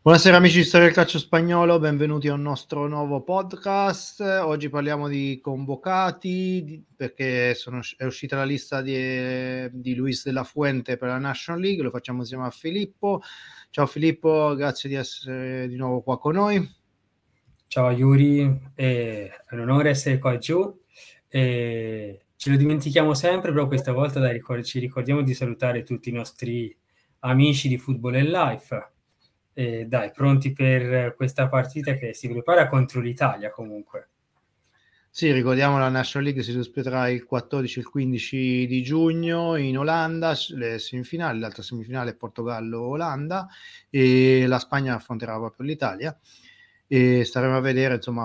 Buonasera amici di Storia del Calcio Spagnolo, benvenuti a un nostro nuovo podcast. Oggi parliamo di convocati perché è uscita la lista di Luis de la Fuente per la National League, lo facciamo insieme a Filippo. Ciao Filippo, grazie di essere di nuovo qua con noi. Ciao Yuri, è un onore essere qua giù. Ce lo dimentichiamo sempre, però questa volta ci ricordiamo di salutare tutti i nostri amici di Football and Life. Dai, pronti per questa partita che si prepara contro l'Italia comunque. Sì, ricordiamo la National League si disputerà il 14 e il 15 di giugno in Olanda, le semifinali, l'altra semifinale è Portogallo-Olanda e la Spagna affronterà proprio l'Italia e staremo a vedere insomma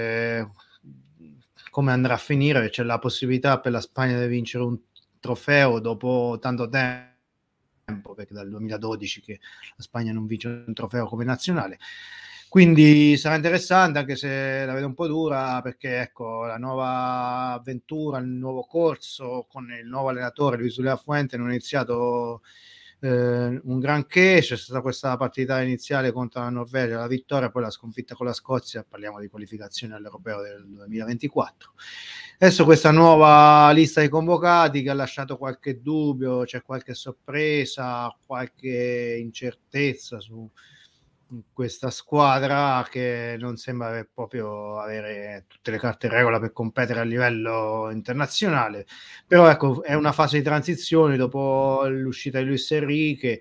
come andrà a finire. C'è la possibilità per la Spagna di vincere un trofeo dopo tanto tempo, perché dal 2012 che la Spagna non vince un trofeo come nazionale. Quindi sarà interessante, anche se la vedo un po' dura, perché ecco, la nuova avventura, il nuovo corso con il nuovo allenatore Luis de la Fuente non è iniziato un granché. C'è stata questa partita iniziale contro la Norvegia, la vittoria, poi la sconfitta con la Scozia. Parliamo di qualificazione all'Europeo del 2024. Adesso questa nuova lista di convocati che ha lasciato qualche dubbio, c'è qualche sorpresa, qualche incertezza su questa squadra che non sembra proprio avere tutte le carte in regola per competere a livello internazionale. Però ecco, è una fase di transizione dopo l'uscita di Luis Enrique,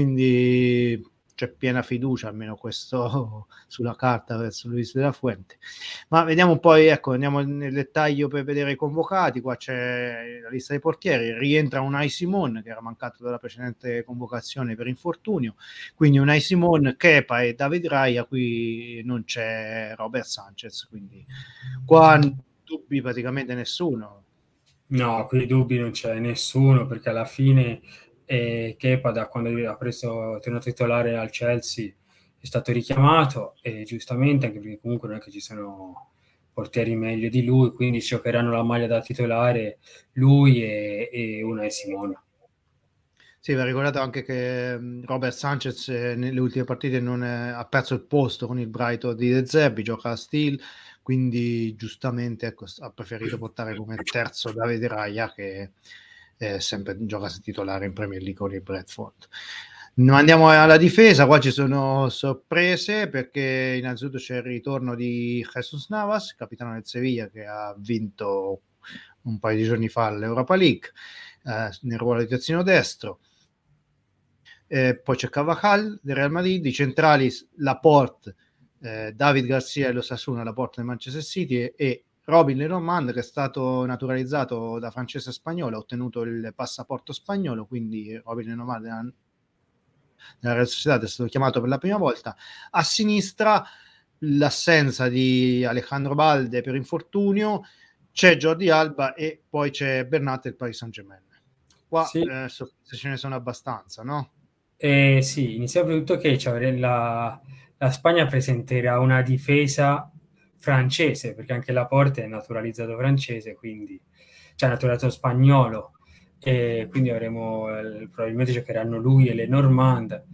quindi c'è piena fiducia, almeno questo sulla carta, verso Luis della Fuente. Ma vediamo poi, ecco, andiamo nel dettaglio per vedere i convocati. Qua c'è la lista dei portieri, rientra Unai Simon che era mancato dalla precedente convocazione per infortunio, quindi Unai Simon, Kepa e David Raya. Qui non c'è Robert Sanchez, quindi qua dubbi praticamente nessuno. No, qui dubbi non c'è nessuno, perché alla fine Kepa, da quando ha preso tenuto titolare al Chelsea, è stato richiamato, e giustamente, anche perché comunque non è che ci sono portieri meglio di lui, quindi giocheranno la maglia da titolare lui e Unai Simone. Sì, vi ricordate anche che Robert Sanchez nelle ultime partite ha perso il posto con il Brighton di De Zerbi, gioca a Steel, quindi giustamente ecco, ha preferito portare come terzo Davide Raya, che sempre gioca titolare in Premier League con il Bradford. Ma andiamo alla difesa. Qua ci sono sorprese, perché innanzitutto c'è il ritorno di Jesus Navas, capitano del Sevilla, che ha vinto un paio di giorni fa l'Europa League nel ruolo di terzino destro. Poi c'è Cavajal del Real Madrid, i centrali Laporte, David Garcia e lo Sassuolo, Laporte del Manchester City, e Robin Lenormand, che è stato naturalizzato da francese e spagnolo, ha ottenuto il passaporto spagnolo, quindi Robin Lenormand della Real Sociedad è stato chiamato per la prima volta. A sinistra l'assenza di Alejandro Balde per infortunio, c'è Jordi Alba e poi c'è Bernat del Paris Saint-Germain. Qua Sì, se ce ne sono abbastanza, no? sì, iniziamo per tutto che la Spagna presenterà una difesa francese, perché anche Laporte è naturalizzato francese, quindi cioè naturalizzato spagnolo, e quindi probabilmente giocheranno lui e Lenormand.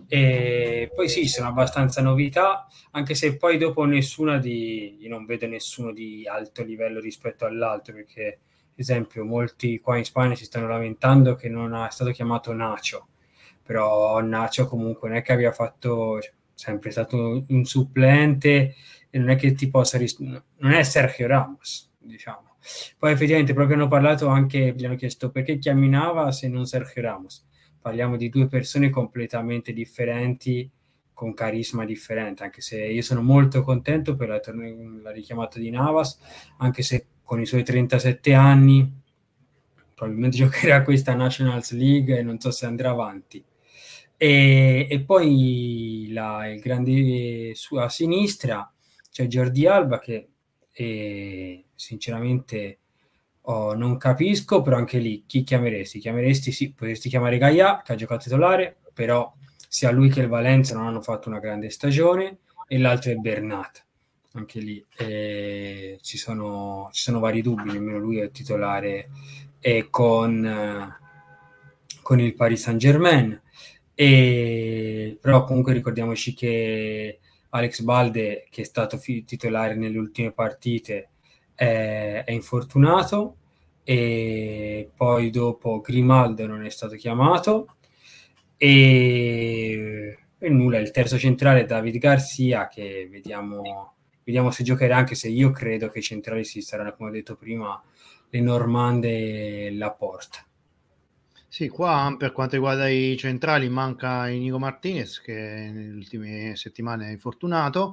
E poi sì, ci sono abbastanza novità, anche se poi dopo io non vedo nessuno di alto livello rispetto all'altro, perché ad esempio molti qua in Spagna si stanno lamentando che non è stato chiamato Nacho, però Nacho comunque non è che abbia fatto, cioè, sempre stato un supplente, e non è che ti possa non è Sergio Ramos, diciamo. Poi effettivamente proprio hanno parlato anche, gli hanno chiesto perché chiami Navas e non Sergio Ramos. Parliamo di due persone completamente differenti, con carisma differente, anche se io sono molto contento per la richiamata di Navas, anche se con i suoi 37 anni probabilmente giocherà questa Nationals League e non so se andrà avanti. E poi il grande a sinistra c'è Jordi Alba che sinceramente non capisco, però anche lì chi chiameresti? Chiameresti sì, potresti chiamare Gaia che ha giocato titolare, però sia lui che il Valencia non hanno fatto una grande stagione, e l'altro è Bernat. Anche lì ci sono vari dubbi, nemmeno lui è titolare con il Paris Saint-Germain. Però comunque ricordiamoci che Alex Balde, che è stato titolare nelle ultime partite, è infortunato, e poi dopo Grimaldo non è stato chiamato, e nulla, il terzo centrale è David Garcia, che vediamo se giocherà, anche se io credo che i centrali si saranno, come ho detto prima, Lenormand e Laporte. Sì, qua per quanto riguarda i centrali manca Inigo Martinez, che nelle ultime settimane è infortunato,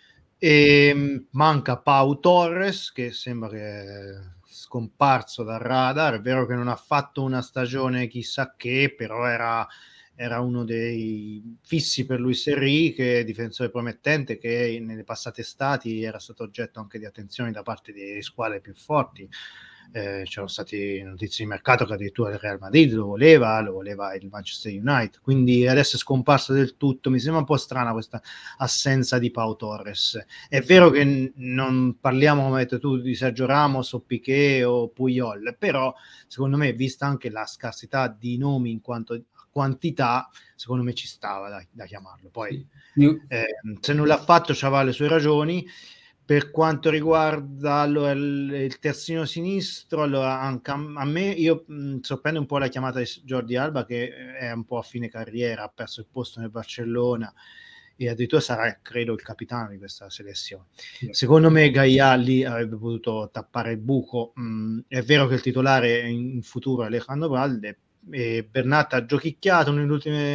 e manca Pau Torres, che sembra che è scomparso dal radar. È vero che non ha fatto una stagione chissà che, però era uno dei fissi per Luis Enrique, difensore promettente, che nelle passate estati era stato oggetto anche di attenzioni da parte delle squadre più forti. C'erano state notizie di mercato che addirittura il Real Madrid lo voleva il Manchester United, quindi adesso è scomparso del tutto. Mi sembra un po' strana questa assenza di Pau Torres. È vero che non parliamo, come hai detto tu, di Sergio Ramos o Piqué o Puyol, però secondo me, vista anche la scarsità di nomi in quanto quantità, secondo me ci stava da chiamarlo. Poi Sì. se non l'ha fatto, c'aveva le sue ragioni. Per quanto riguarda allora, il terzino sinistro, allora anche a me, io sorprende un po' la chiamata di Jordi Alba, che è un po' a fine carriera, ha perso il posto nel Barcellona e addirittura sarà, credo, il capitano di questa selezione. Sì. Secondo me Gaia lì avrebbe potuto tappare il buco. È vero che il titolare in futuro è Alejandro Balde, e Bernat ha giochicchiato negli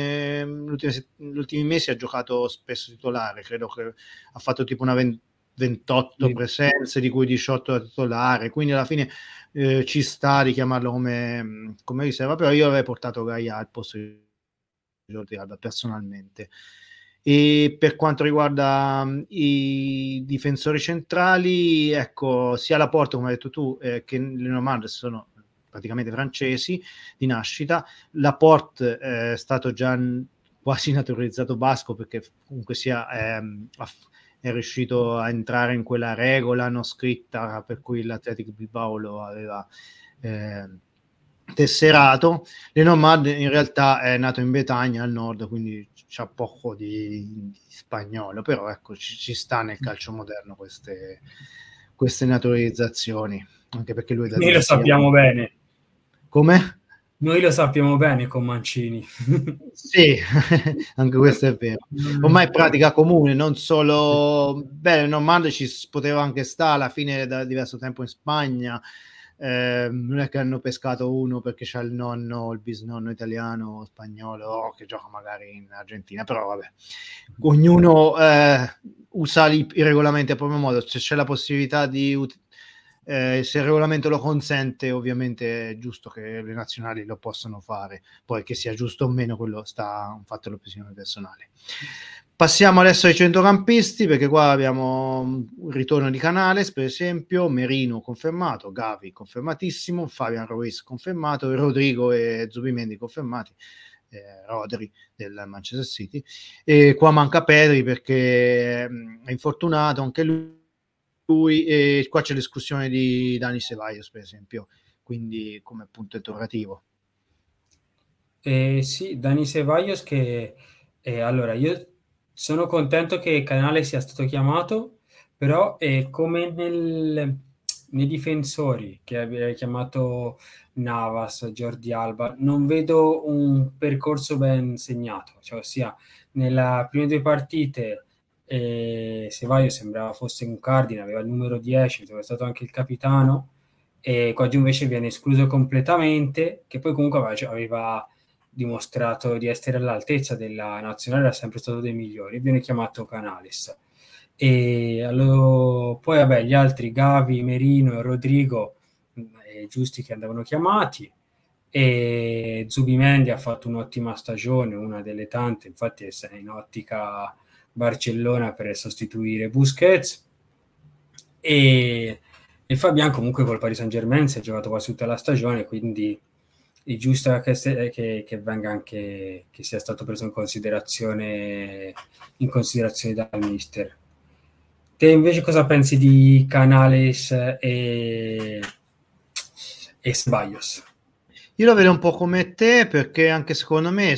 ultimi mesi, ha giocato spesso titolare, credo che ha fatto tipo una 28 presenze, di cui 18 da titolare, quindi alla fine ci sta di chiamarlo come riserva, però io avrei portato Gaia al posto di Jordi Alba personalmente. E per quanto riguarda i difensori centrali, ecco, sia Laporte, come hai detto tu, che Lenormand sono praticamente francesi di nascita. Laporte è stato già quasi naturalizzato basco, perché comunque sia è riuscito a entrare in quella regola non scritta per cui l'Athletic Bilbao lo aveva tesserato. Lenormand in realtà è nato in Bretagna al nord, quindi c'ha poco di spagnolo, però ecco, ci sta nel calcio moderno queste naturalizzazioni, anche perché lui è da Noi lo Sicilia. sappiamo bene. Come? Noi lo sappiamo bene con Mancini. Sì, anche questo è vero. Ormai è pratica comune, non solo. Beh, Normando ci poteva anche stare alla fine da diverso tempo in Spagna. Non è che hanno pescato uno perché c'ha il nonno, il bisnonno italiano, spagnolo, che gioca magari in Argentina, però vabbè, ognuno usa i regolamenti a proprio modo. Se c'è la possibilità se il regolamento lo consente, ovviamente è giusto che le nazionali lo possano fare, poi che sia giusto o meno, quello sta un fatto dell'opinione personale. Passiamo adesso ai centrocampisti, perché qua abbiamo un ritorno di Canales, per esempio, Merino confermato, Gavi confermatissimo, Fabian Ruiz confermato, Rodrigo e Zubimendi confermati, Rodri del Manchester City, e qua manca Pedri perché è infortunato anche lui, e qua c'è l'esclusione di Dani Ceballos, per esempio, quindi come punto interrogativo. Sì, Dani Ceballos che allora io sono contento che Canale sia stato chiamato, però come nei difensori che aveva chiamato Navas, Jordi Alba, non vedo un percorso ben segnato, cioè ossia nelle prime due partite Ceballos sembrava fosse un cardine, aveva il numero 10, è stato anche il capitano, e qua giù invece viene escluso completamente, che poi comunque aveva dimostrato di essere all'altezza della nazionale, era sempre stato dei migliori, viene chiamato Canales. E allora, poi vabbè, gli altri Gavi, Merino e Rodrigo, giusti che andavano chiamati, e Zubimendi ha fatto un'ottima stagione, una delle tante, infatti è in ottica Barcellona per sostituire Busquets, e Fabian comunque col Paris Saint-Germain si è giocato quasi tutta la stagione, quindi è giusto che venga anche, che sia stato preso in considerazione dal mister. Te invece cosa pensi di Canales e Ceballos? Io lo vedo un po' come te, perché anche secondo me, se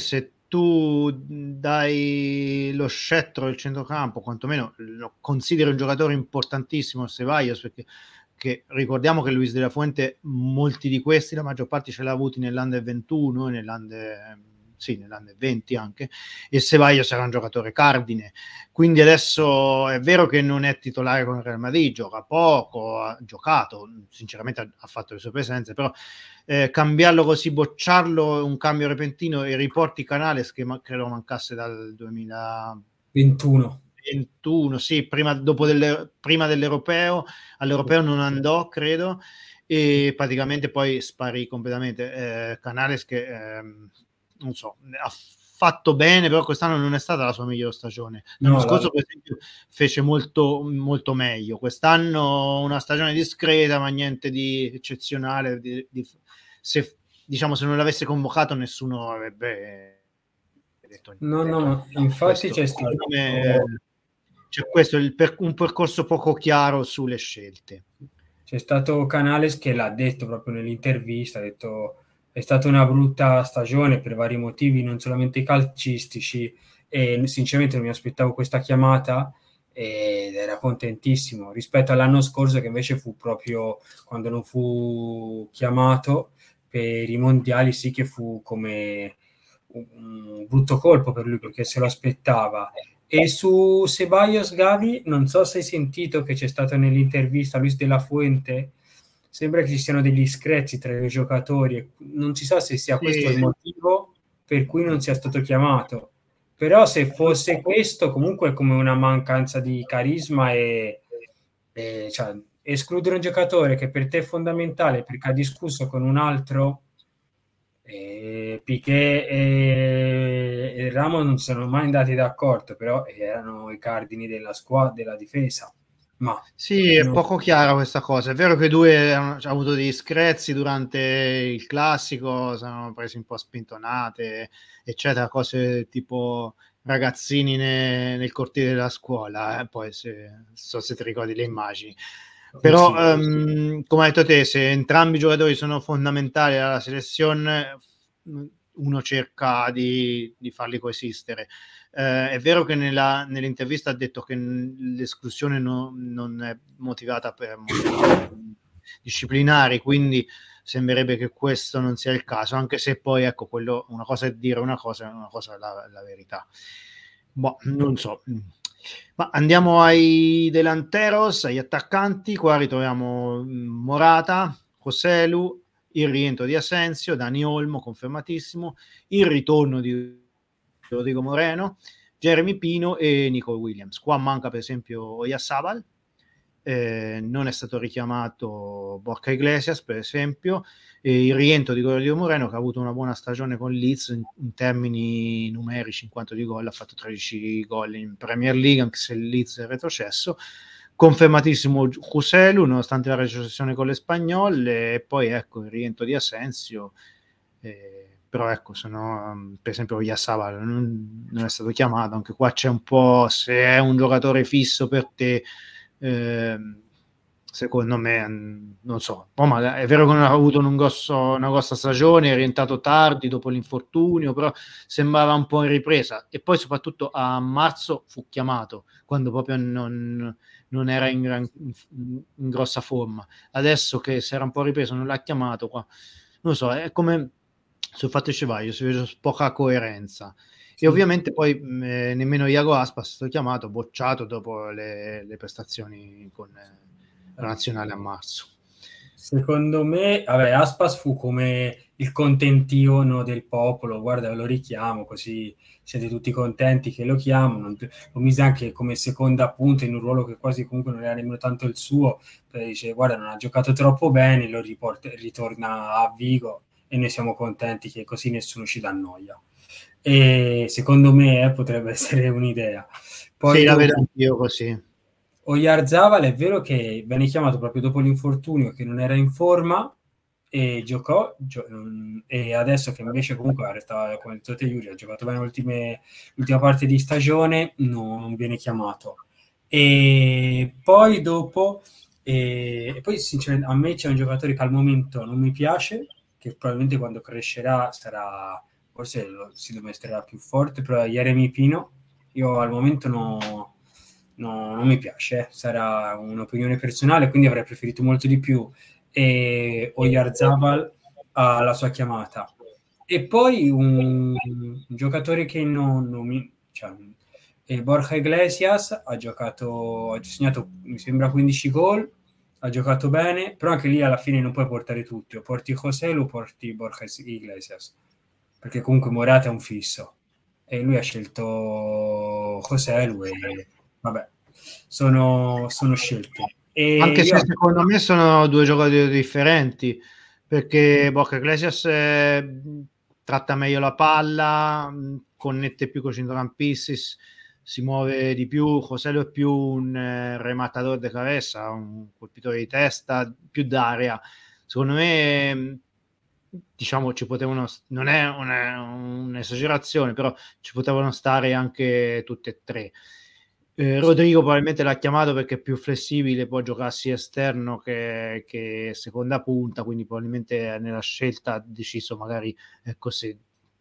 tu dai lo scettro del centrocampo, quantomeno lo considero un giocatore importantissimo Ceballos, perché ricordiamo che Luis de la Fuente molti di questi, la maggior parte ce l'ha avuti nell'Under 21 e nell'Under 20 anche, e Ceballos sarà un giocatore cardine, quindi adesso è vero che non è titolare con il Real Madrid, gioca poco, ha giocato, sinceramente ha fatto le sue presenze, però cambiarlo così, bocciarlo, un cambio repentino, e riporti Canales che credo mancasse dal 2021, sì, prima dell'Europeo, all'Europeo non andò, credo, e praticamente poi sparì completamente. Canales che non so, ha fatto bene, però quest'anno non è stata la sua migliore stagione. L'anno scorso per esempio fece molto, molto meglio, quest'anno una stagione discreta ma niente di eccezionale. Se non l'avesse convocato nessuno avrebbe detto niente. No, infatti c'è questo un percorso poco chiaro sulle scelte. C'è stato Canales che l'ha detto proprio nell'intervista, ha detto è stata una brutta stagione per vari motivi, non solamente calcistici, e sinceramente non mi aspettavo questa chiamata ed era contentissimo rispetto all'anno scorso, che invece fu proprio quando non fu chiamato per i mondiali, sì che fu come un brutto colpo per lui, perché se lo aspettava. E su Ceballos, Gavi, non so se hai sentito che c'è stato nell'intervista Luis de la Fuente, sembra che ci siano degli screzi tra i giocatori e non si sa se sia questo il motivo per cui non sia stato chiamato, però se fosse questo comunque è come una mancanza di carisma e cioè, escludere un giocatore che per te è fondamentale perché ha discusso con un altro, Piqué e Ramos non sono mai andati d'accordo, però erano i cardini della squadra, della difesa. Ma sì, è poco chiara questa cosa. È vero che i due hanno avuto degli screzi durante il classico, sono presi un po' spintonate, eccetera, cose tipo ragazzini nel cortile della scuola, poi so se ti ricordi le immagini. Però, sì. Come hai detto te, se entrambi i giocatori sono fondamentali alla selezione, uno cerca di farli coesistere. È vero che nell'intervista ha detto che l'esclusione non è motivata per motivi disciplinari, quindi sembrerebbe che questo non sia il caso, anche se poi ecco, una cosa è dire una cosa è la verità. Boh, non so. Ma andiamo ai delanteros, agli attaccanti. Qua ritroviamo Morata, Joselu, il rientro di Asensio, Dani Olmo confermatissimo, il ritorno di Rodrigo Moreno, Jeremy Pino e Nico Williams. Qua manca per esempio Oyarzabal, non è stato richiamato Borja Iglesias per esempio, il rientro di Rodrigo Moreno, che ha avuto una buona stagione con Leeds in termini numerici, in quanto di gol ha fatto 13 gol in Premier League, anche se il Leeds è retrocesso. Confermatissimo Joselu nonostante la retrocessione con le spagnole, e poi ecco il rientro di Asensio, però ecco, se no per esempio Oyarzabal non è stato chiamato. Anche qua c'è un po', se è un giocatore fisso per te, secondo me non so, magari, è vero che non ha avuto una grossa stagione, è rientrato tardi dopo l'infortunio, però sembrava un po' in ripresa, e poi soprattutto a marzo fu chiamato quando proprio non era in grossa forma. Adesso che si era un po' ripreso non l'ha chiamato, qua non so, è come sul fatto di Ceballos, si vede poca coerenza. Sì. E ovviamente poi nemmeno Iago Aspas è stato chiamato, bocciato dopo le prestazioni con la nazionale a marzo. Secondo me, Aspas fu come il contentio, no, del popolo, guarda, lo richiamo così siete tutti contenti che lo chiamano. Lo mise anche come seconda punta in un ruolo che quasi comunque non era nemmeno tanto il suo, dice guarda, non ha giocato troppo bene, lo ritorna a Vigo e noi siamo contenti che così nessuno ci dà noia. E secondo me potrebbe essere un'idea. Poi sì, la vedo anch'io così. Oyarzabal è vero che venne chiamato proprio dopo l'infortunio, che non era in forma e giocò, e adesso che invece comunque resta, come detto te Yuri, ha giocato bene l'ultima parte di stagione, non viene chiamato. E poi dopo e poi sinceramente a me c'è un giocatore che al momento non mi piace, che probabilmente quando crescerà sarà forse si dimostrerà più forte, però Jeremy Pino io al momento non mi piace, sarà un'opinione personale, quindi avrei preferito molto di più Oyarzabal alla sua chiamata. E poi un giocatore che non mi... Cioè, Borja Iglesias ha segnato mi sembra 15 gol, ha giocato bene, però anche lì alla fine non puoi portare tutti, o porti José o porti Borja Iglesias, perché comunque Morata è un fisso e lui ha scelto José e vabbè, sono scelte. E Anche se io secondo me sono due giocatori differenti, perché Borja Iglesias tratta meglio la palla, connette più con i centrocampisti, si muove di più. Joselu è più un rematador de cabeza, un colpitore di testa, più d'area. Secondo me, diciamo, ci potevano, non è un'esagerazione, però ci potevano stare anche tutte e tre. Rodrigo probabilmente l'ha chiamato perché è più flessibile, può giocare sia esterno che seconda punta, quindi probabilmente nella scelta ha deciso magari così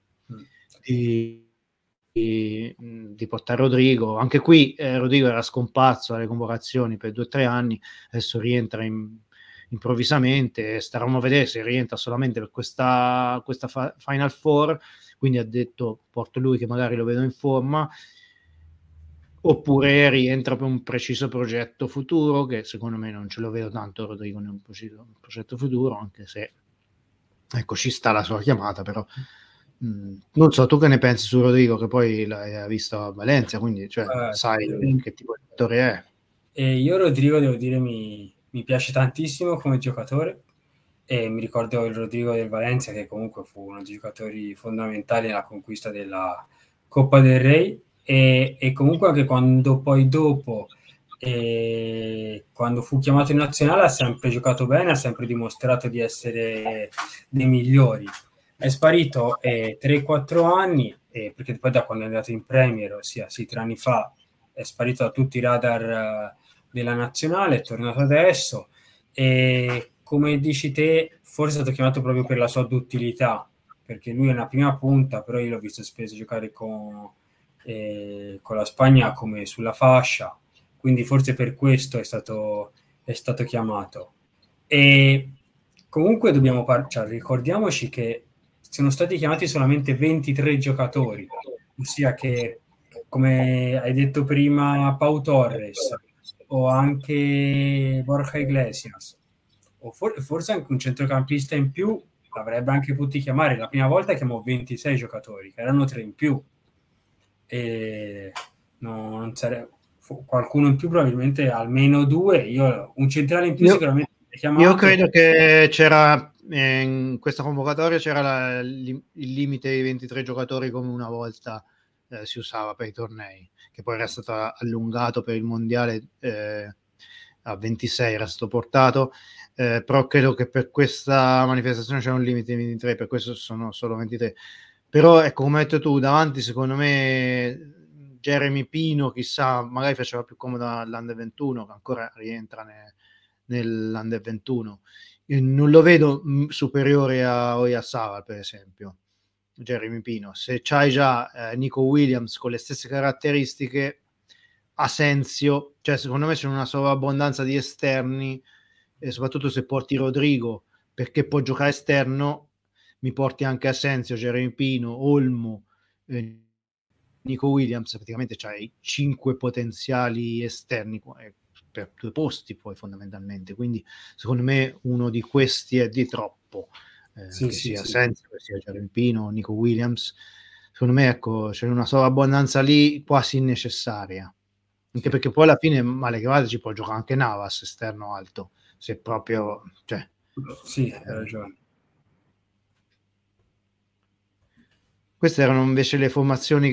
di portare Rodrigo. Anche qui Rodrigo era scomparso dalle convocazioni per 2 o 3 anni, adesso rientra improvvisamente, staremo a vedere se rientra solamente per questa Final Four, quindi ha detto porto lui che magari lo vedo in forma, oppure rientra per un preciso progetto futuro, che secondo me non ce lo vedo tanto Rodrigo in un progetto futuro, anche se ecco ci sta la sua chiamata, però non so, tu che ne pensi su Rodrigo, che poi l'hai visto a Valencia, quindi cioè, sai che tipo di giocatore è. E io Rodrigo, devo dire, mi piace tantissimo come giocatore e mi ricordo il Rodrigo del Valencia che comunque fu uno dei giocatori fondamentali nella conquista della Coppa del Re e comunque anche quando poi dopo quando fu chiamato in nazionale ha sempre giocato bene, ha sempre dimostrato di essere dei migliori. È sparito 3-4 anni perché poi da quando è andato in Premier, ossia 3 anni fa, è sparito da tutti i radar della nazionale, è tornato adesso e come dici te forse è stato chiamato proprio per la sua duttilità, perché lui è una prima punta, però io l'ho visto spesso giocare con la Spagna come sulla fascia, quindi forse per questo è stato chiamato. E comunque cioè, ricordiamoci che sono stati chiamati solamente 23 giocatori, ossia che, come hai detto prima, Pau Torres o anche Borja Iglesias, o forse anche un centrocampista in più l'avrebbe anche potuto chiamare. La prima volta chiamò 26 giocatori, che erano 3 in più. E non sarebbe qualcuno in più, probabilmente almeno 2. Io un centrale in più sicuramente Io chiamato. credo che c'era in questa convocatoria c'era il limite di 23 giocatori come una volta si usava per i tornei, che poi era stato allungato per il mondiale a 26, era stato portato, però credo che per questa manifestazione c'è un limite di 23, per questo sono solo 23. Però ecco, come hai detto tu, davanti secondo me Jeremy Pino, chissà, magari faceva più comodo all'Under 21, che ancora rientra nell'Under 21. Io non lo vedo superiore a Oyarzabal, per esempio, Jeremy Pino. Se c'hai già Nico Williams con le stesse caratteristiche, Asensio, cioè secondo me c'è una sovrabbondanza di esterni, e soprattutto se porti Rodrigo, perché può giocare esterno, mi porti anche Asensio, Jeremy Pino, Olmo, Nico Williams, praticamente c'hai 5 potenziali esterni per 2 posti poi fondamentalmente, quindi secondo me uno di questi è di troppo, Sì, che sia sì. Asensio, che sia Jeremy Pino, Nico Williams. Secondo me ecco c'è una sovrabbondanza lì quasi innecessaria, anche perché poi alla fine male che vada ci può giocare anche Navas esterno alto, se proprio cioè, Sì, hai ragione. queste erano invece le formazioni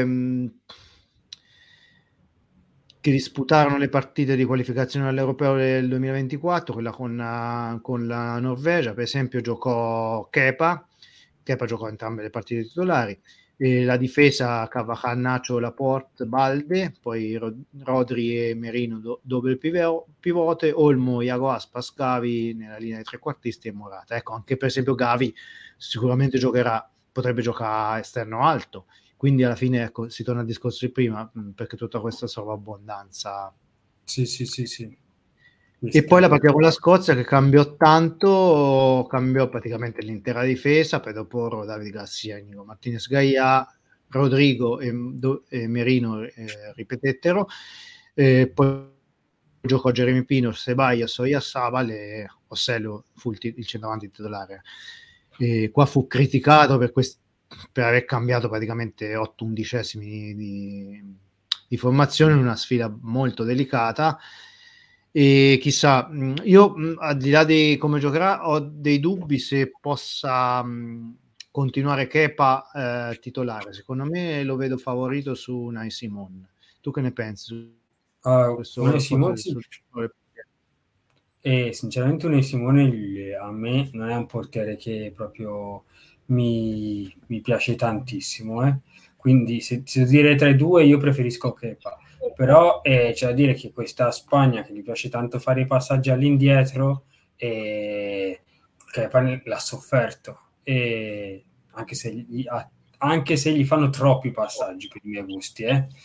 che disputarono le partite di qualificazione all'Europeo del 2024, quella con la Norvegia. Per esempio giocò Kepa giocò entrambe le partite titolari, la difesa Carvajal, Nacho, Laporte, Balde, poi Rodri e Merino dove il pivote, Olmo, Iago Aspas, Gavi nella linea dei trequartisti e Morata. Ecco, anche per esempio Gavi sicuramente giocherà potrebbe giocare esterno alto, quindi alla fine ecco, si torna al discorso di prima, perché tutta questa sovrabbondanza. Sì. E poi la partita con la Scozia che cambiò tanto, cambiò praticamente l'intera difesa, poi dopo David Garcia, Inigo Martinez Gaia, Rodrigo e Merino ripetettero, poi giocò Jeremy Pino, Ceballos, Oyarzabal e Osselu fu il centravanti titolare. Qua fu criticato per aver cambiato praticamente 8 undicesimi di formazione in una sfida molto delicata. E chissà, io al di là di come giocherà ho dei dubbi se possa continuare Kepa titolare. Secondo me lo vedo favorito su Unai Simon. Tu che ne pensi? Unai Simon sinceramente Unai Simone a me non è un portiere che proprio mi piace tantissimo, quindi se dire tra i due io preferisco Kepa, però c'è da dire che questa Spagna che gli piace tanto fare i passaggi all'indietro Kepa l'ha sofferto, e anche se gli fanno troppi passaggi per i miei gusti,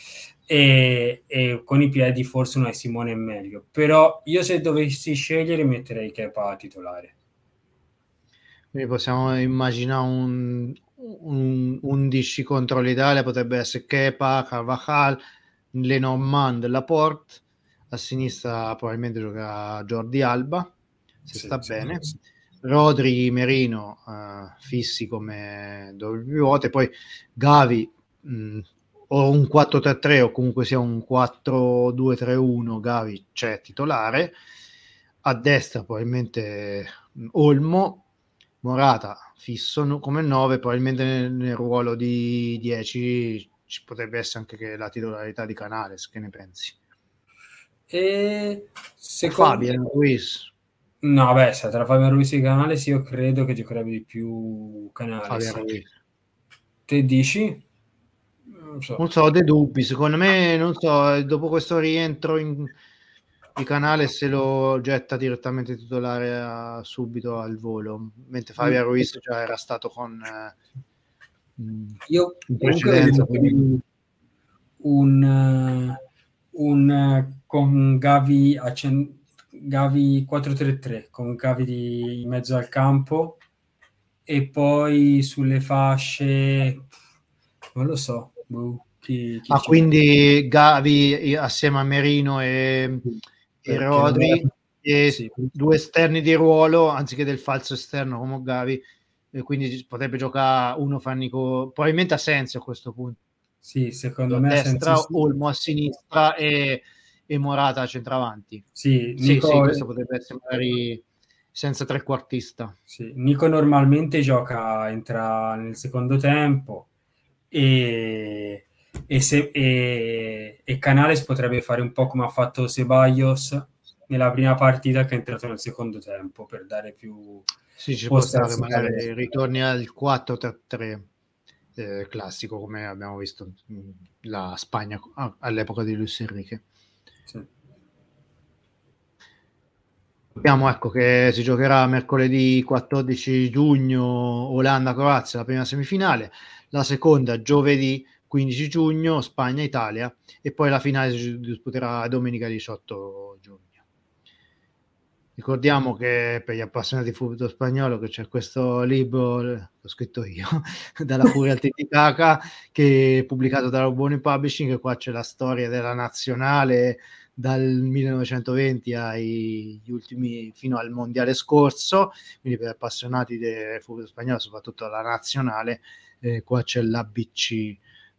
e con i piedi forse Unai Simone è meglio, però io se dovessi scegliere metterei Kepa titolare. Quindi possiamo immaginare un 11 contro l'Italia, potrebbe essere Kepa, Carvajal, Lenormand, Laporte, a sinistra probabilmente giocherà Jordi Alba, se sta bene, Rodri, Merino fissi come doppio pivote, poi Gavi o un 4-3-3 o comunque sia un 4-2-3-1, Gavi c'è titolare, a destra probabilmente Olmo, Morata fisso come 9, probabilmente nel ruolo di 10 ci potrebbe essere anche che la titolarità di Canales, che ne pensi? E Fabian Ruiz. No, beh, se tra Fabian Ruiz e Canales io credo che giocherebbe di più Canales. Fabian Ruiz. Te dici? Non so, ho dei dubbi, secondo me, non so, dopo questo rientro di Canales se lo getta direttamente titolare subito al volo, mentre Fabian Ruiz già era stato con io in comunque precedenza. vedo un con Gavi Gavi 4-3-3 con Gavi in mezzo al campo e poi sulle fasce non lo so, chi quindi Gavi assieme a Merino e Rodri e sì. due esterni di ruolo anziché del falso esterno come Gavi, e quindi potrebbe giocare uno Fannico, probabilmente ha senso a questo punto. Sì, secondo A me destra, sì. Olmo a sinistra e Morata a centravanti. Sì, Sì, questo potrebbe essere magari senza trequartista. Sì, Nico normalmente entra nel secondo tempo e Canales potrebbe fare un po' come ha fatto Ceballos nella prima partita che è entrato nel secondo tempo per dare più Sì, ci può posto stare, magari ritorni al 4-3-3 classico come abbiamo visto la Spagna all'epoca di Luis Enrique. Sì. Sappiamo ecco che si giocherà mercoledì 14 giugno Olanda-Croazia, la prima semifinale, la seconda giovedì 15 giugno Spagna-Italia e poi la finale si disputerà domenica 18 giugno. Ricordiamo che per gli appassionati di football spagnolo che c'è questo libro, l'ho scritto io, dalla Furia al Titicaca, che è pubblicato dalla Buoni Publishing, e qua c'è la storia della nazionale dal 1920 fino al mondiale scorso, quindi per appassionati del football spagnolo, soprattutto la nazionale, qua c'è l'ABC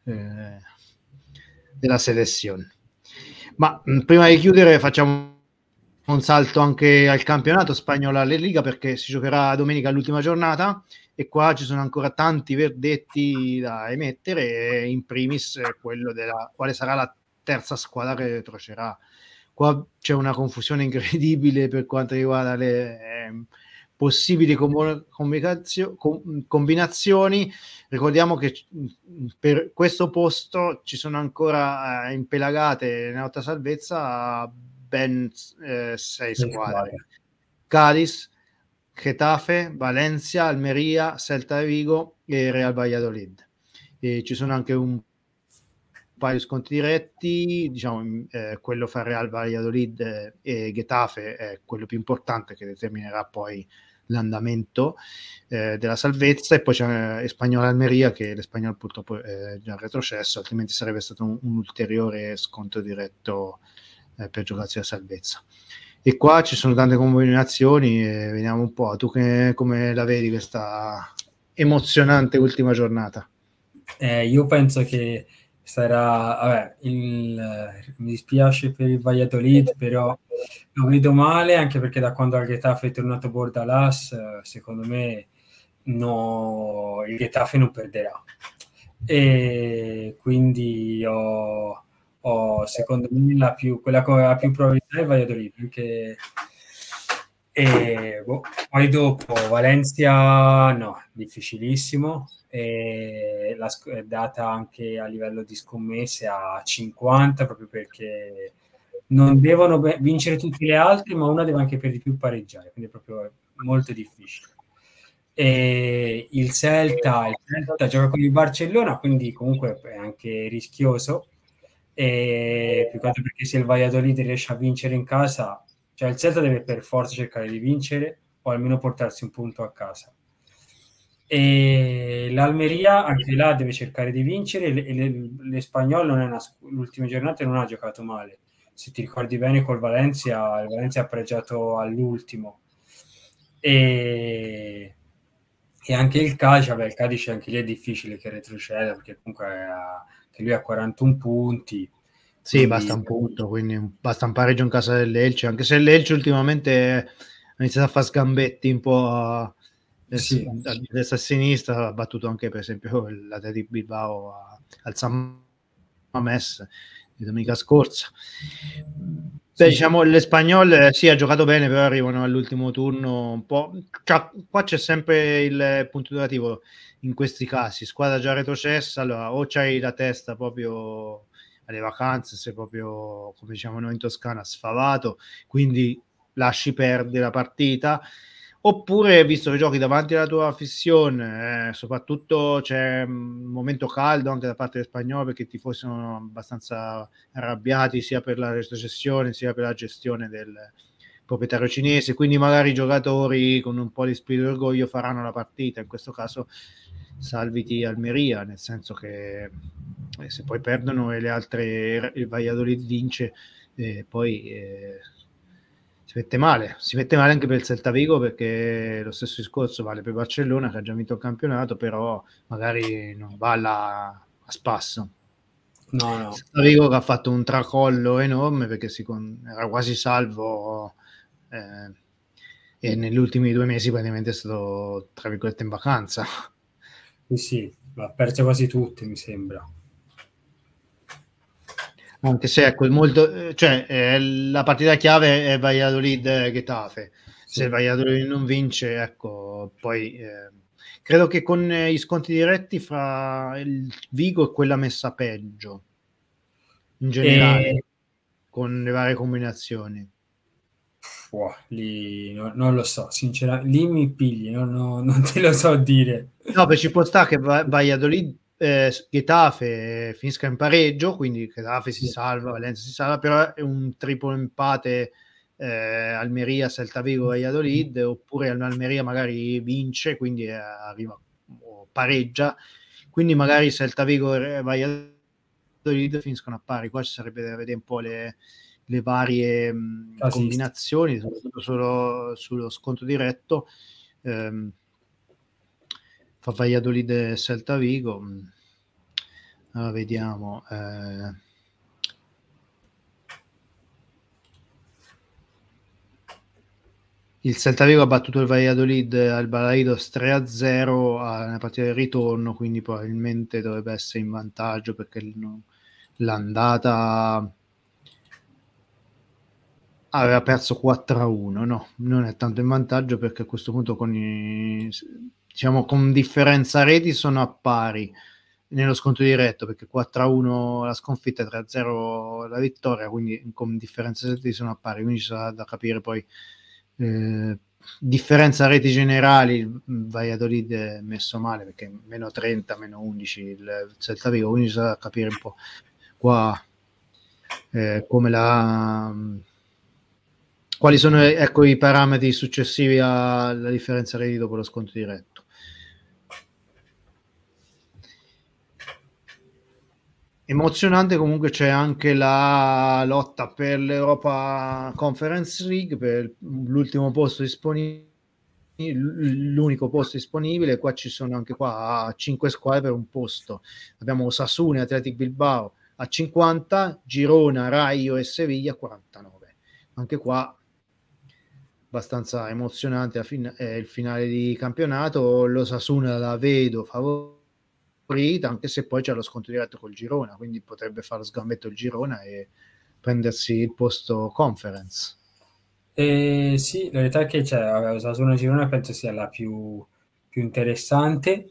della selezione. Ma prima di chiudere facciamo un salto anche al campionato spagnolo, alla Liga, perché si giocherà domenica l'ultima giornata e qua ci sono ancora tanti verdetti da emettere, in primis quello della quale sarà la terza squadra che retrocerà. Qua c'è una confusione incredibile per quanto riguarda le possibili combinazioni. Ricordiamo che per questo posto ci sono ancora impelagate nella lotta salvezza ben 6 squadre. Cádiz, Getafe, Valencia, Almeria, Celta de Vigo e Real Valladolid. E ci sono anche un paio di sconti diretti, diciamo, quello fra Real Valladolid e Getafe è quello più importante, che determinerà poi l'andamento della salvezza, e poi c'è Espanyol Almeria, che l'Espanyol purtroppo è già retrocesso, altrimenti sarebbe stato un ulteriore sconto diretto per giocarsi la salvezza. E qua ci sono tante combinazioni, e vediamo un po', tu come la vedi questa emozionante ultima giornata? Io penso che sarà, vabbè, mi dispiace per il Valladolid, però lo vedo male, anche perché da quando al Getafe è tornato Bordalas, secondo me no, il Getafe non perderà. E quindi secondo me quella che ha più probabilità è il Valladolid, perché poi dopo Valencia no, difficilissimo, e è data anche a livello di scommesse a 50, proprio perché non devono vincere tutte le altre, ma una deve anche per di più pareggiare, quindi è proprio molto difficile. E il Celta gioca con il Barcellona, quindi comunque è anche rischioso, e più che altro perché se il Valladolid riesce a vincere in casa, cioè il Celta deve per forza cercare di vincere o almeno portarsi un punto a casa. E l'Almeria anche là deve cercare di vincere, l'Espanyol non è l'ultima giornata non ha giocato male. Se ti ricordi bene col Valencia, il Valencia ha pareggiato all'ultimo. E anche il Cadiz, il Cadiz anche lì è difficile che retroceda, perché comunque che lui ha 41 punti. Sì, Quindi basta un punto, quindi basta un pareggio in casa dell'Elche, anche se l'Elche ultimamente ha iniziato a fare sgambetti un po' a sì. destra e a sinistra, ha battuto anche per esempio l'Athletic Bilbao al San Mamés domenica scorsa. Beh, diciamo l'Espanyol sì, ha giocato bene, però arrivano all'ultimo turno un po'. Cioè, qua c'è sempre il punto negativo in questi casi, squadra già retrocessa, allora o c'hai la testa proprio alle vacanze, sei proprio, come diciamo noi in Toscana, sfavato, quindi lasci perdere la partita, oppure visto che giochi davanti alla tua fissione, soprattutto c'è un momento caldo anche da parte del Spagnolo, perché i tifosi sono abbastanza arrabbiati sia per la retrocessione sia per la gestione del proprietario cinese, quindi magari i giocatori con un po' di spirito di orgoglio faranno la partita, in questo caso salviti Almeria, nel senso che se poi perdono e le altre, il Valladolid vince, poi si mette male anche per il Celta Vigo, perché lo stesso discorso vale per Barcellona che ha già vinto il campionato, però magari non va là a spasso. No. Celta Vigo che ha fatto un tracollo enorme, perché era quasi salvo, e negli ultimi 2 mesi praticamente è stato tra virgolette in vacanza. Sì, ha perso quasi tutte, mi sembra. Anche se ecco, cioè, la partita chiave è Valladolid-Getafe. Se il Sì. Valladolid non vince, ecco, poi credo che con gli sconti diretti fra il Vigo e quella messa peggio in generale, con le varie combinazioni. Lì non lo so, sinceramente, lì mi pigli, non te lo so dire. No, perché ci può stare che Valladolid, Getafe finisca in pareggio, quindi Getafe si Sì. salva, Valencia si salva, però è un triplo empate, Almeria, Celta Vigo, Valladolid, oppure Almeria magari vince, quindi arriva o pareggia, quindi magari Celta Vigo e Valladolid finiscono a pari. Qua ci sarebbe da vedere un po' le varie combinazioni, soprattutto sullo sconto diretto. Fa Valladolid e Celta Vigo. Allora, vediamo. Il Celta Vigo ha battuto il Valladolid al Balaidos 3-0 nella partita del ritorno, quindi probabilmente dovrebbe essere in vantaggio, perché l'andata aveva perso 4-1. No, non è tanto in vantaggio, perché a questo punto diciamo con differenza reti sono a pari nello scontro diretto, perché 4-1 la sconfitta e 3-0 la vittoria, quindi con differenza reti sono a pari, quindi ci sarà da capire poi differenza reti generali, Valladolid è messo male perché meno 30, meno 11 il Celta Vigo, quindi bisogna capire un po' qua come quali sono, ecco, i parametri successivi alla differenza reti dopo lo sconto diretto. Emozionante comunque c'è anche la lotta per l'Europa Conference League, per l'ultimo posto disponibile, l'unico posto disponibile. Qua ci sono anche qua 5 squadre per un posto. Abbiamo Osasuna e Athletic Bilbao a 50, Girona, Raio e Sevilla a 49. Anche qua abbastanza emozionante il finale di campionato. L'Osasuna la vedo favorita, anche se poi c'è lo sconto diretto col Girona, quindi potrebbe fare lo sgambetto il Girona e prendersi il posto conference. Sì, la verità è che Osasuna Girona penso sia la più interessante,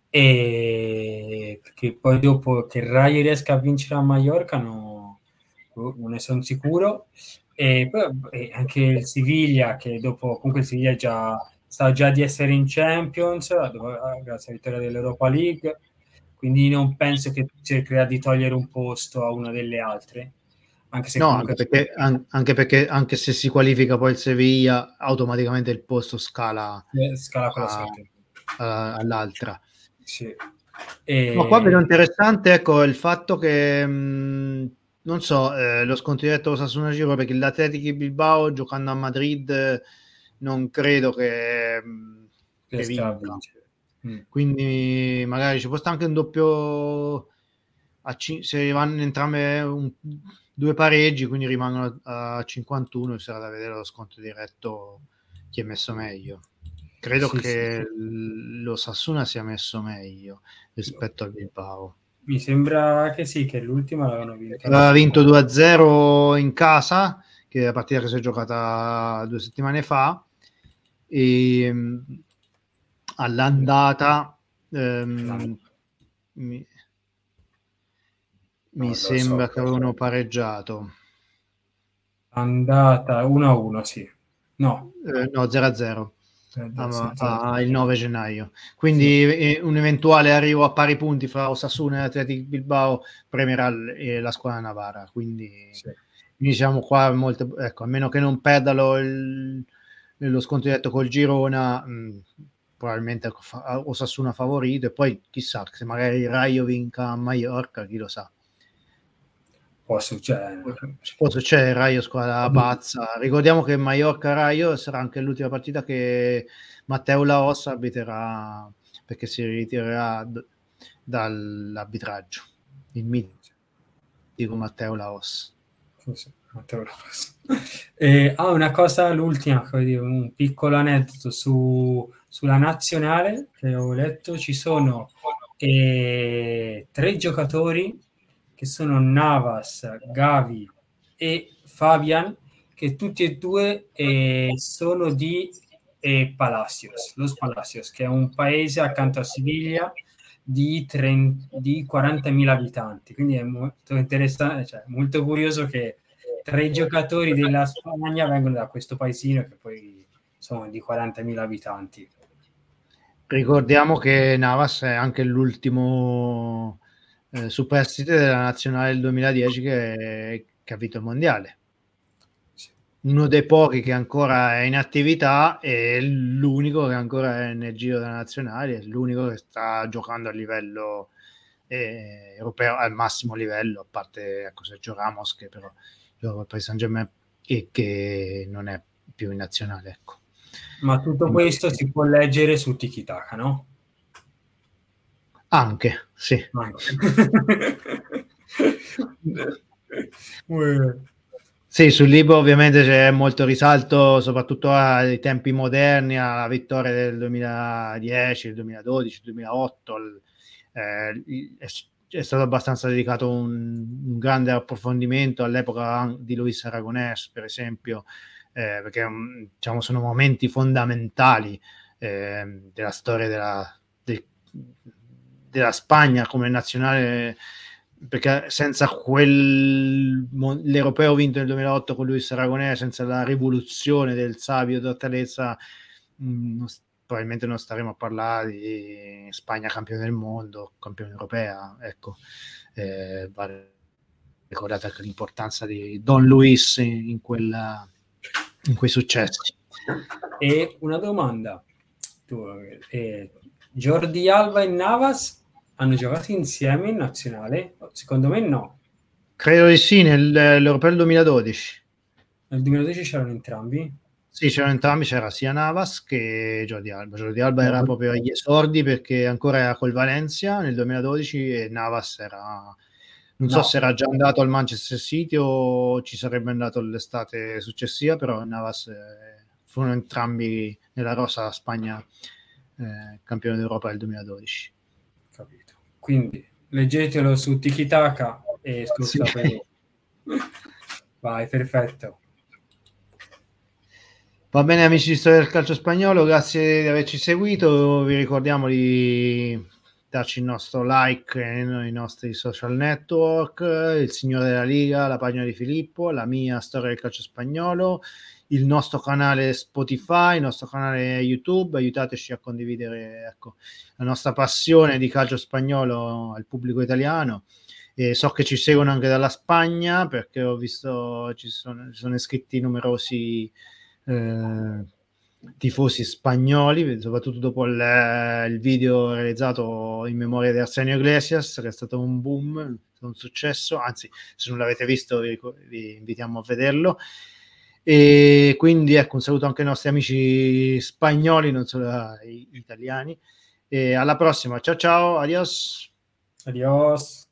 e perché poi dopo che Rai riesca a vincere a Mallorca non ne sono sicuro. E poi anche il Siviglia, che dopo comunque il Siviglia sa già di essere in Champions grazie alla vittoria dell'Europa League, quindi non penso che cercherà di togliere un posto a una delle altre, anche se No, comunque anche perché anche se si qualifica poi il Sevilla, automaticamente il posto scala con la sorte. all'altra. Sì. Ma qua vedo interessante, ecco, il fatto che non so, lo sconto diretto Osasuna Giro, perché l'Athletic Bilbao giocando a Madrid non credo che vinca. Quindi magari ci può stare anche un doppio se vanno entrambe due pareggi, quindi rimangono a 51, sarà da vedere lo sconto diretto chi è messo meglio. Credo che lo Sassuna sia messo meglio rispetto al Bilbao. Mi sembra che sì, che l'ultima l'avevano vinta. Aveva vinto 2-0 in casa, che è la partita che si è giocata 2 settimane fa, e all'andata mi sembra che avevano pareggiato. Andata 1-1, sì. No, 0-0 il 9 gennaio. Quindi un eventuale arrivo a pari punti fra Osasuna e Athletic Bilbao premierà la squadra Navarra. Quindi diciamo qua ecco, a meno che non perda lo scontro diretto col Girona, probabilmente Osasuna favorito, e poi chissà se magari il Raio vinca a Mallorca, chi lo sa. Può succedere. Raio squadra pazza. Ricordiamo che Mallorca-Raio sarà anche l'ultima partita che Matteo Laos arbiterà, perché si ritirerà dall'arbitraggio, il mitico Matteo Laos. Una cosa, l'ultima, un piccolo aneddoto sulla nazionale che ho letto. Ci sono 3 giocatori che sono Navas, Gavi e Fabian, che tutti e due sono di Palacios, Los Palacios, che è un paese accanto a Siviglia di 40.000 abitanti. Quindi è molto interessante, cioè molto curioso che 3 giocatori della Spagna vengono da questo paesino che poi sono di 40.000 abitanti. Ricordiamo che Navas è anche l'ultimo superstite della nazionale del 2010 che ha vinto il mondiale. Uno dei pochi che ancora è in attività e l'unico che ancora è nel giro della nazionale, è l'unico che sta giocando a livello europeo al massimo livello, a parte Sergio Ramos, che però gioca al Paris Saint-Germain e che non è più in nazionale, ecco. Ma tutto questo si può leggere su Tiki-Taka, no? Anche, sì. Sì, sul libro ovviamente c'è molto risalto, soprattutto ai tempi moderni, alla vittoria del 2010, del 2012, del 2008. È stato abbastanza dedicato un grande approfondimento all'epoca di Luis Aragonés, per esempio, perché diciamo, sono momenti fondamentali della storia della Spagna come nazionale, perché senza l'europeo vinto nel 2008 con Luis Aragonés, senza la rivoluzione del Sabio d'Ortalezza, probabilmente non staremo a parlare di Spagna campione del mondo, campione europea, ecco. Va ricordate anche l'importanza di Don Luis in quei successi. E una domanda, Jordi Alba e Navas hanno giocato insieme in nazionale? Secondo me no. Credo di sì, nell'Europeo del 2012. Nel 2012 c'erano entrambi? Sì, c'erano entrambi, c'era sia Navas che Jordi Alba. Jordi Alba era proprio agli esordi perché ancora era col Valencia nel 2012 e Navas era... Non so se era già andato al Manchester City o ci sarebbe andato l'estate successiva, però Navas furono entrambi nella rosa Spagna campione d'Europa del 2012. Capito. Quindi leggetelo su Tiki-Taka e scusate. Sì. Vai, perfetto. Va bene amici di Storia del Calcio Spagnolo, grazie di averci seguito, vi ricordiamo di darci il nostro like nei nostri social network, il Signore della Liga, la pagina di Filippo, la mia Storia del Calcio Spagnolo, il nostro canale Spotify, il nostro canale YouTube, aiutateci a condividere, ecco, la nostra passione di calcio spagnolo al pubblico italiano. E so che ci seguono anche dalla Spagna perché ho visto ci sono iscritti numerosi tifosi spagnoli, soprattutto dopo il video realizzato in memoria di Arsenio Iglesias, che è stato un boom, un successo, anzi se non l'avete visto vi invitiamo a vederlo. E quindi ecco, un saluto anche ai nostri amici spagnoli, non solo agli italiani, e alla prossima, ciao ciao, adios.